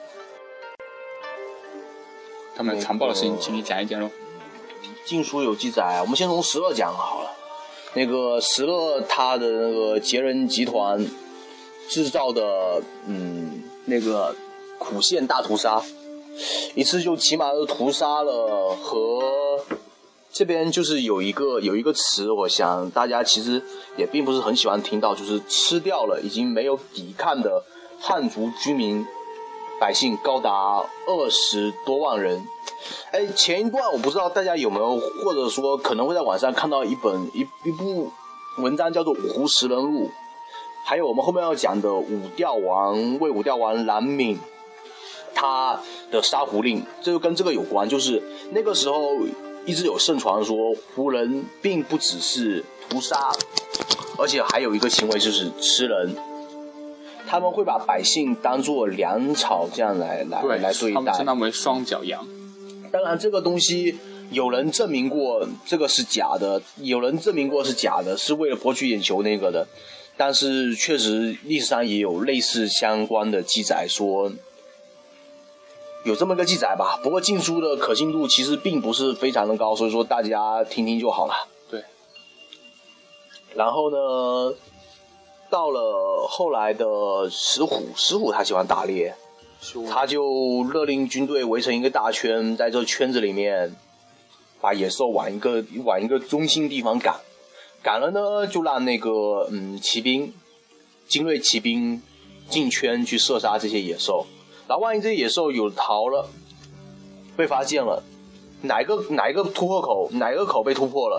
A: 他们残暴的事情，请你讲一讲喽。
B: 晋书有记载，我们先从石勒讲好了。那个石勒他的那个劫人集团制造的，嗯，那个苦线大屠杀，一次就起码是屠杀了和这边就是有一个有一个词，我想大家其实也并不是很喜欢听到，就是吃掉了已经没有抵抗的汉族居民百姓高达二十多万人。哎，前一段我不知道大家有没有，或者说可能会在网上看到一本一一部文章，叫做《五胡十人录》，还有我们后面要讲的武调王魏武调王蓝敏他的杀胡令，这就跟这个有关。就是那个时候一直有盛传说，胡人并不只是屠杀，而且还有一个行为就是吃人。他们会把百姓当作粮草这样来来
A: 对
B: 来对待，
A: 他们称他们为双脚羊。
B: 当然，这个东西有人证明过这个是假的，有人证明过是假的，是为了博取眼球那个的。但是确实历史上也有类似相关的记载，说有这么个记载吧。不过晋书的可信度其实并不是非常的高，所以说大家听听就好了。
A: 对。
B: 然后呢，到了后来的石虎，石虎他喜欢打猎。他就勒令军队围成一个大圈，在这圈子里面把野兽往一个往一个中心地方赶，赶了呢就让那个嗯骑兵精锐骑兵进圈去射杀这些野兽，然后万一这些野兽有逃了被发现了，哪一个哪一个突破口哪一个口被突破了，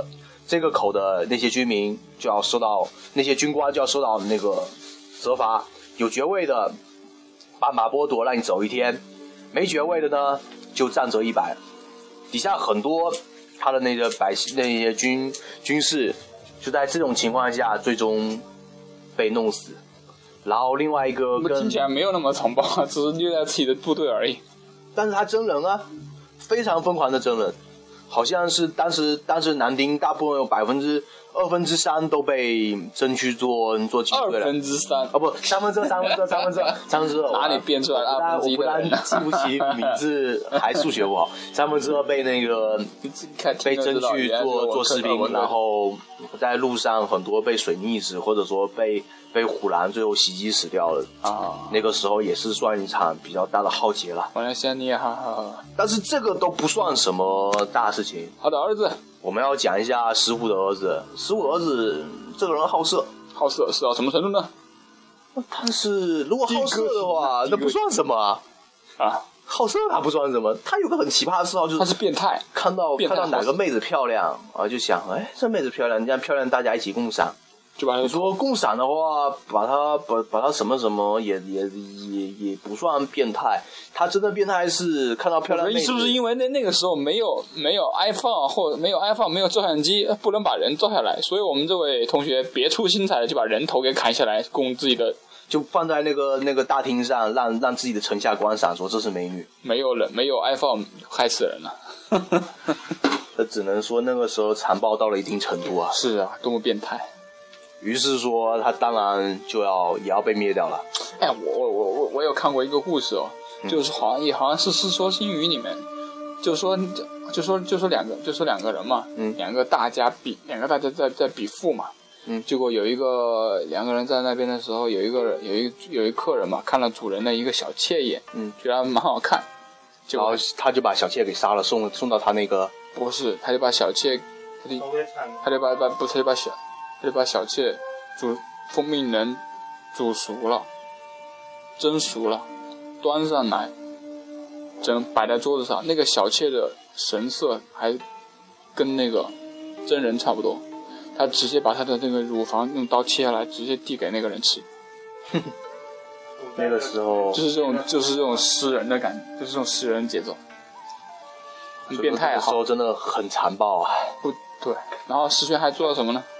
B: 这个口的那些居民就要受到那些军官就要受到那个责罚，有爵位的半马剥夺让你走一天，没爵位的呢就战折一百。底下很多他的那个百姓那些军军士就在这种情况下最终被弄死。然后另外一个跟
A: 听起来没有那么残暴，只是虐待自己的部队而已。
B: 但是他真人啊，非常疯狂的真人，好像是当时当时男丁大部分有百分之二分之三都被征去做做军队了。
A: 二分之三
B: 哦不，三分之二，三分之二，三分之二，三分之二。
A: 哪里变出来的二分之一的人？
B: 我不但记不起名字，还数学不好。三分之二被那个被征去做做士兵，然后在路上很多被水溺死，或者说被被虎狼最后袭击死掉了
A: 啊。
B: 那个时候也是算一场比较大的浩劫了。
A: 完了，现在你也哈哈。
B: 但是这个都不算什么大事情。
A: 他的儿子，
B: 我们要讲一下石虎的儿子。石虎儿子这个人好色，
A: 好色是到什么程度呢？
B: 但是如果好色的话，那不算什么啊。
A: 啊，
B: 好色他不算什么，他有个很奇葩的嗜好，就是
A: 他是变态，
B: 看到看到哪个妹子漂亮啊，就想，哎，这妹子漂亮，这样漂亮，大家一起共赏。
A: 就把
B: 你说共赏的话，把他把把他什么什么也也也也不算变态，他真的变态是看到漂亮妹子。
A: 是不是因为那那个时候没有没有 iPhone 或没有 iPhone 没有照相机，不能把人照下来，所以我们这位同学别出心裁的就把人头给砍下来，供自己的，
B: 就放在那个那个大厅上，让让自己的城下观赏，说这是美女。
A: 没有人没有 iPhone 害死人了。
B: 这只能说那个时候残暴到了一定程度啊。
A: 是啊，多么变态。
B: 于是说他当然就要也要被灭掉了。
A: 哎，我我我我我有看过一个故事哦，嗯、就是好像也好像是是说新语里面，就说就就说就说两个就说两个人嘛，
B: 嗯，
A: 两个大家比两个大家在在比富嘛，
B: 嗯，
A: 结果有一个两个人在那边的时候，有一个人有一有一客人嘛，看了主人的一个小妾眼，
B: 嗯，
A: 觉得蛮好看，
B: 然后他就把小妾给杀了，送送到他那个
A: 不是，他就把小妾，他就他就把把不他就把小。他就把小妾煮蜂蜜能煮熟了，蒸熟了，端上来，整摆在桌子上。那个小妾的神色还跟那个真人差不多。他直接把他的那个乳房用刀切下来，直接递给那个人吃。
B: 那个时候
A: 就是这种，就是这种诗人的感觉，就是这种诗人节奏。很变态啊！
B: 那时候真的很残暴啊。
A: 不对，然后石轩还做了什么呢？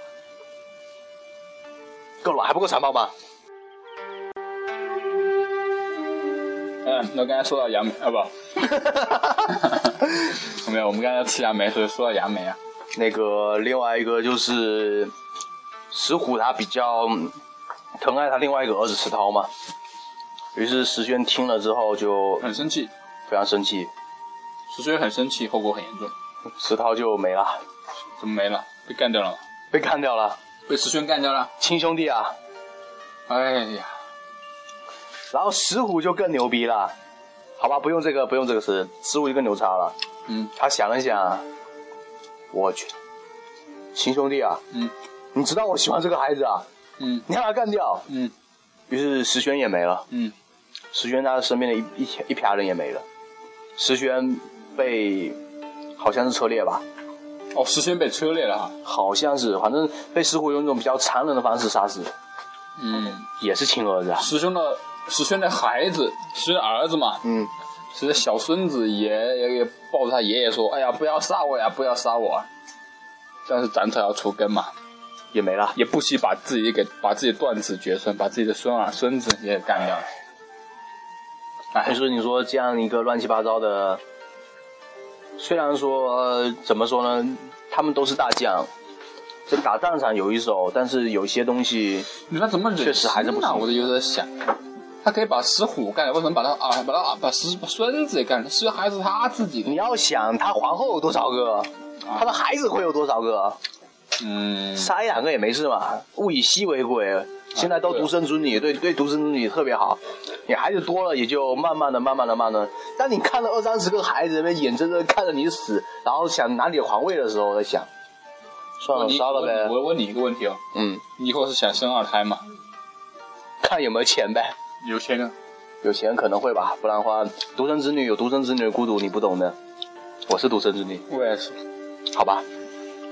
B: 够了，还不够残暴吗？
A: 嗯，那刚才说到杨梅啊不，没有，我们刚才吃杨梅，所以说到杨梅啊。
B: 那个另外一个就是石虎，他比较疼爱他另外一个儿子石涛嘛。于是石轩听了之后就
A: 很生气，
B: 非常生气。
A: 石轩很生气，后果很严重。
B: 石涛就没了。
A: 怎么没了？被干掉了吗？
B: 被干掉了。
A: 被石轩干掉了。
B: 亲兄弟啊！
A: 哎呀。
B: 然后石虎就更牛逼了，好吧，不用这个，不用这个词，石虎就更牛叉了。
A: 嗯，
B: 他想了想，我去，亲兄弟啊，
A: 嗯，
B: 你知道我喜欢这个孩子啊，
A: 嗯，
B: 你要把他干掉，
A: 嗯，
B: 于是石轩也没了，
A: 嗯，
B: 石轩他身边的一一一票人也没了，石轩被好像是车裂吧。
A: 哦，石轩被车裂了哈，
B: 好像是，反正被石虎用一种比较残忍的方式杀死。
A: 嗯，
B: 也是亲儿子啊。
A: 石兄的石轩的孩子，石轩的儿子嘛，
B: 嗯，
A: 石的小孙子也也也抱着他爷爷说：“哎呀，不要杀我呀，不要杀我。”但是斩草要除根嘛，
B: 也没了，
A: 也不惜把自己给把自己断子绝孙，把自己的孙儿孙子也干掉了。
B: 哎，所以你说这样一个乱七八糟的。虽然说、呃、怎么说呢，他们都是大将，这打仗上有一手，但是有些东西
A: 你说怎么
B: 确实还是不行。
A: 我就有点想，他可以把石虎干了，为什么把他啊把他把石把孙子也干了？是还是他自己的？
B: 你要想他皇后有多少个，啊、他的孩子会有多少个？
A: 嗯，
B: 杀一两个也没事嘛，物以稀为贵。现在都独生子女，对对独生子女特别好。你孩子多了，也就慢慢的、慢慢的、慢慢的。当你看了二三十个孩子，那边眼睁睁看着你死，然后想拿你的皇位的时候，在想，算了，杀了呗。
A: 我问你一个问题哦，
B: 嗯，
A: 你以后是想生二胎吗？
B: 看有没有钱呗。
A: 有钱呢？
B: 有钱可能会吧，不然的话，独生子女有独生子女的孤独，你不懂的。我是独生子女，
A: 我也是。
B: 好吧，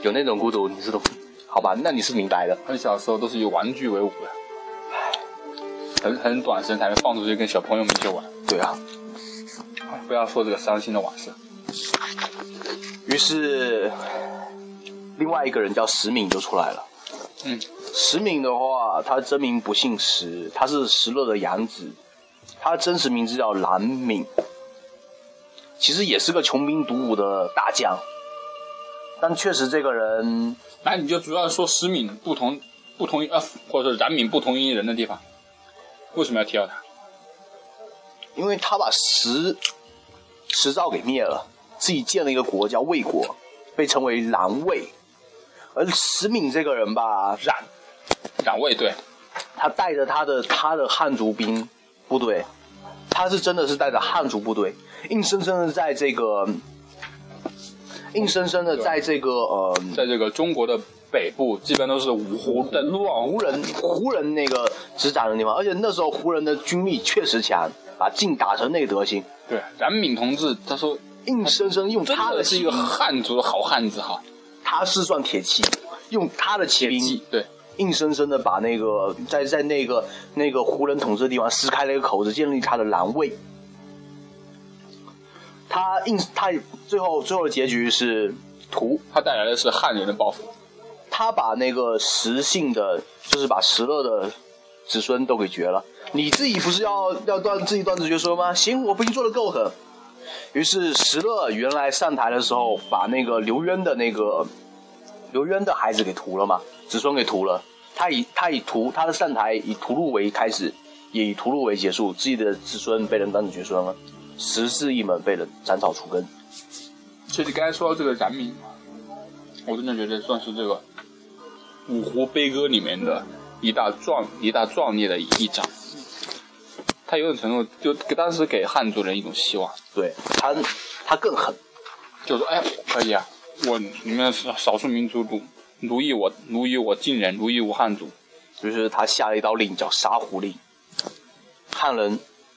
B: 有那种孤独，你是都好吧？那你是明白的。
A: 很小时候都是以玩具为伍的，很很短时间才能放出去跟小朋友们一起玩。
B: 对啊，
A: 不要说这个伤心的往事。
B: 于是，另外一个人叫石敏就出来了。
A: 嗯，
B: 石敏的话，他真名不姓石，他是石勒的养子，他真实名字叫蓝敏。其实也是个穷兵黩武的大将，但确实这个人，
A: 那你就主要说石敏不同不同啊，或者是冉闵不同于人的地方，为什么要提到他？
B: 因为他把石石兆给灭了，自己建了一个国叫魏国，被称为蓝魏。而石敏这个人吧，
A: 冉冉魏对，
B: 他带着他的他的汉族兵部队，他是真的是带着汉族部队，硬生生的在这个，硬生生的在这个呃，
A: 在这个中国的北部，基本都是五湖的乱
B: 胡人胡人那个执掌的地方，而且那时候胡人的军力确实强，把晋打成那个德行。
A: 对，冉闵同志他说，
B: 硬生生用他
A: 的是一个汉族的好汉子哈，
B: 他是算铁骑，用他的骑兵，
A: 对。
B: 硬生生的把那个在在那个那个胡人统治的地方撕开了一个口子，建立他的蓝魏。他硬他最后最后的结局是屠，
A: 他带来的是汉人的报复。
B: 他把那个石姓的，就是把石勒的子孙都给绝了。你自己不是要要断自己断子绝孙吗？行，我不已经做得够狠。于是石勒原来上台的时候，把那个刘渊的那个刘渊的孩子给屠了嘛。子孙给屠了，他以他以屠他的上台以屠戮为开始，也以屠戮为结束，自己的子孙被人断子绝孙了，十世一门被人斩草除根。
A: 其实刚才说到这个冉闵，我真的觉得算是这个五湖悲歌里面的一大壮一大壮烈的一章。他有种程度就当时给汉族人一种希望，
B: 对他他更狠，
A: 就说哎可以啊，我你们少数民族奴奴役我奴役我晋人，奴役我汉族。
B: 就是他下了一道令叫杀胡令，汉人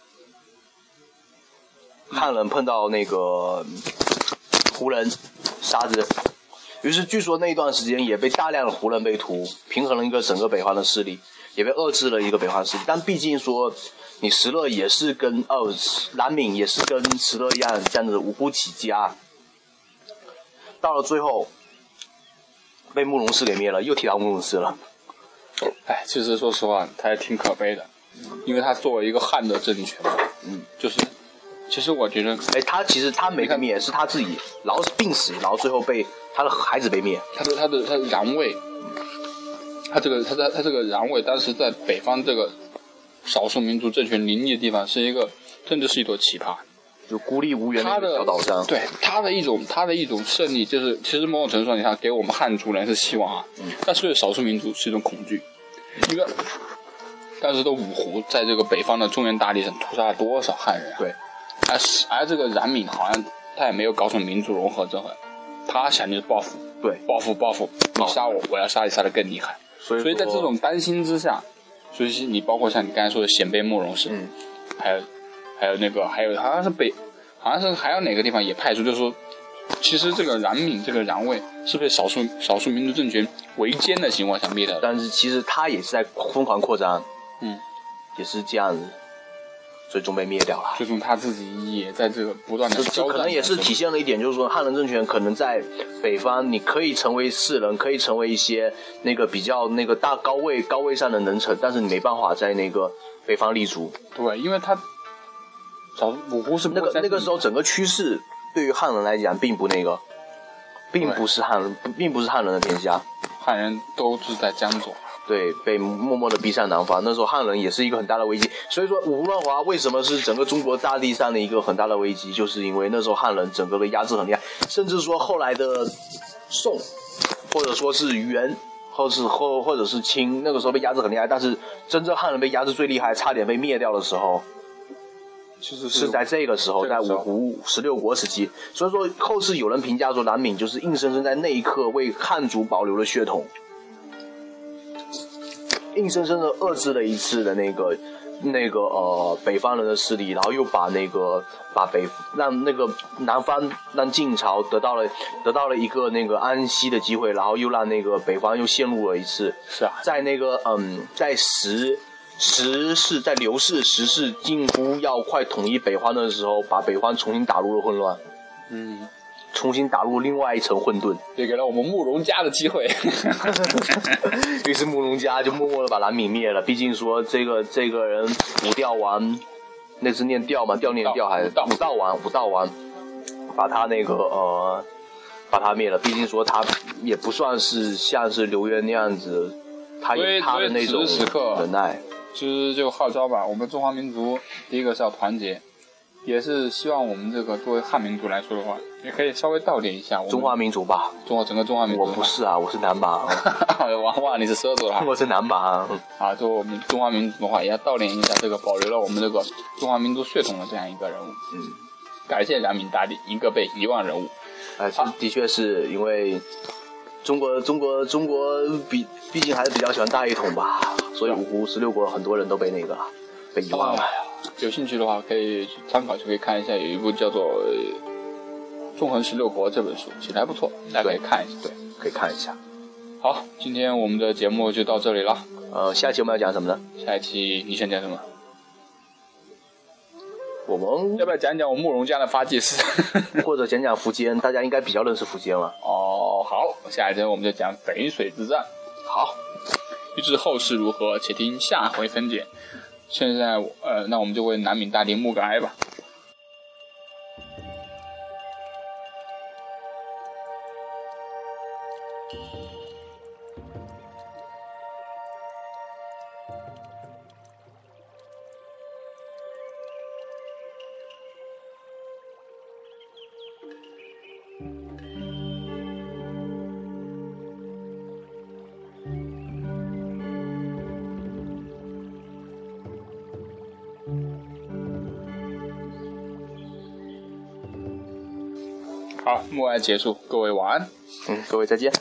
B: 汉人碰到那个胡人杀之。于是据说那一段时间也被大量的胡人被屠，平衡了一个整个北方的势力，也被遏制了一个北方势力。但毕竟说你石勒也是跟哦冉闵也是跟石勒一样这样子五湖起家，到了最后被慕容氏给灭了，又提到慕容氏了。
A: 哎，其实说实话他也挺可悲的，因为他作为一个汉的政权，嗯，就是其实我觉得
B: 哎，他其实他没被灭，是他自己然后病死，然后最后被他的孩子被灭。
A: 他的他的他的冉魏，他这个他在他这个冉魏当时在北方这个少数民族政权林立的地方，是一个真的是一朵奇葩，
B: 就孤立无援的一个小岛上。
A: 对他的一种他的一种胜利，就是其实某种程度上，你看给我们汉族人是希望啊，嗯、但是对少数民族是一种恐惧。一个当时的五湖在这个北方的中原大地上屠杀了多少汉人啊？
B: 对，
A: 而而这个冉闵好像他也没有搞成民族融合这回，他想就是报复，
B: 对，
A: 报复报复，你杀我，我要杀你杀得更厉害。
B: 所以
A: 所以在这种担心之下，所以你包括像你刚才说的鲜卑慕容氏，
B: 嗯，
A: 还有还有那个还有好像是北，好像是还有哪个地方也派出，就是说，其实这个冉闵这个冉魏是被少数少数民族政权围歼的情况下灭掉的，
B: 但是其实他也是在疯狂扩张，
A: 嗯，
B: 也是这样子，最终被灭掉了。
A: 最终他自己也在这个不断的
B: 这可能也是体现了一点，就是说汉人政权可能在北方，你可以成为士人，可以成为一些那个比较那个大高位高位上的能臣，但是你没办法在那个北方立足。
A: 对，因为他少五湖是
B: 那个那个时候整个趋势对于汉人来讲并不那个，并不是汉人，并不是汉人的天下，
A: 汉人都是在江左。
B: 对，被默默的逼上南方。那时候汉人也是一个很大的危机，所以说五胡乱华为什么是整个中国大地上的一个很大的危机，就是因为那时候汉人整个的压制很厉害，甚至说后来的宋，或者说是元，或是或或者是清，那个时候被压制很厉害，但是真正汉人被压制最厉害，差点被灭掉的时候，
A: 其实
B: 是在这个时候，在五胡十六国时期。所以说后世有人评价说，冉闵就是硬生生在那一刻为汉族保留了血统，硬生生的遏制了一次的那个那个呃北方人的势力，然后又把那个把北让那个南方让晋朝得到了得到了一个那个安息的机会，然后又让那个北方又陷入了一次。
A: 是啊，
B: 在那个嗯在时时势在刘氏时势近乎要快统一北方的时候，把北方重新打入了混乱。
A: 嗯。
B: 重新打入另外一层混沌，
A: 也给了我们慕容家的机会。
B: 于是慕容家就默默的把南闽灭了。毕竟说这个这个人武调王，那是念调嘛，调念调还是武道王？武道王把他那个呃把他灭了。毕竟说他也不算是像是刘渊那样子，他有他的那种忍耐。
A: 其实就号召吧，我们中华民族第一个是要团结。也是希望我们这个作为汉民族来说的话，也可以稍微悼念一下我们
B: 中华民族吧。
A: 中华整个中华民族。
B: 我不是啊，我是南蛮。
A: 王哇，你是蛇族啦？
B: 我是南蛮。
A: 啊，作为我们中华民族的话，也要悼念一下这个保留了我们这个中华民族血统的这样一个人物。
B: 嗯，
A: 感谢南闽大帝，一个被遗忘人物。
B: 哎、呃，这的确是因为中国中国中国比毕竟还是比较喜欢大一统吧，所以五胡十六国很多人都被那个被遗忘了。
A: 有兴趣的话，可以参考，就可以看一下，有一部叫做《纵横十六国》这本书，写得还不错，大家可以看一下。
B: 对，可以看一下。
A: 好，今天我们的节目就到这里了。
B: 呃，下一期我们要讲什么呢？
A: 下一期你想讲什么？
B: 我们
A: 要不要讲讲我慕容家的发迹史？
B: 或者讲讲苻坚，大家应该比较认识苻坚了。
A: 哦，好，下一集我们就讲淝水之战。
B: 好，
A: 欲知后事如何，且听下回分解。现在，呃，那我们就为南闽大帝默个哀吧。好，默哀结束，各位晚安。
B: 嗯，各位再见。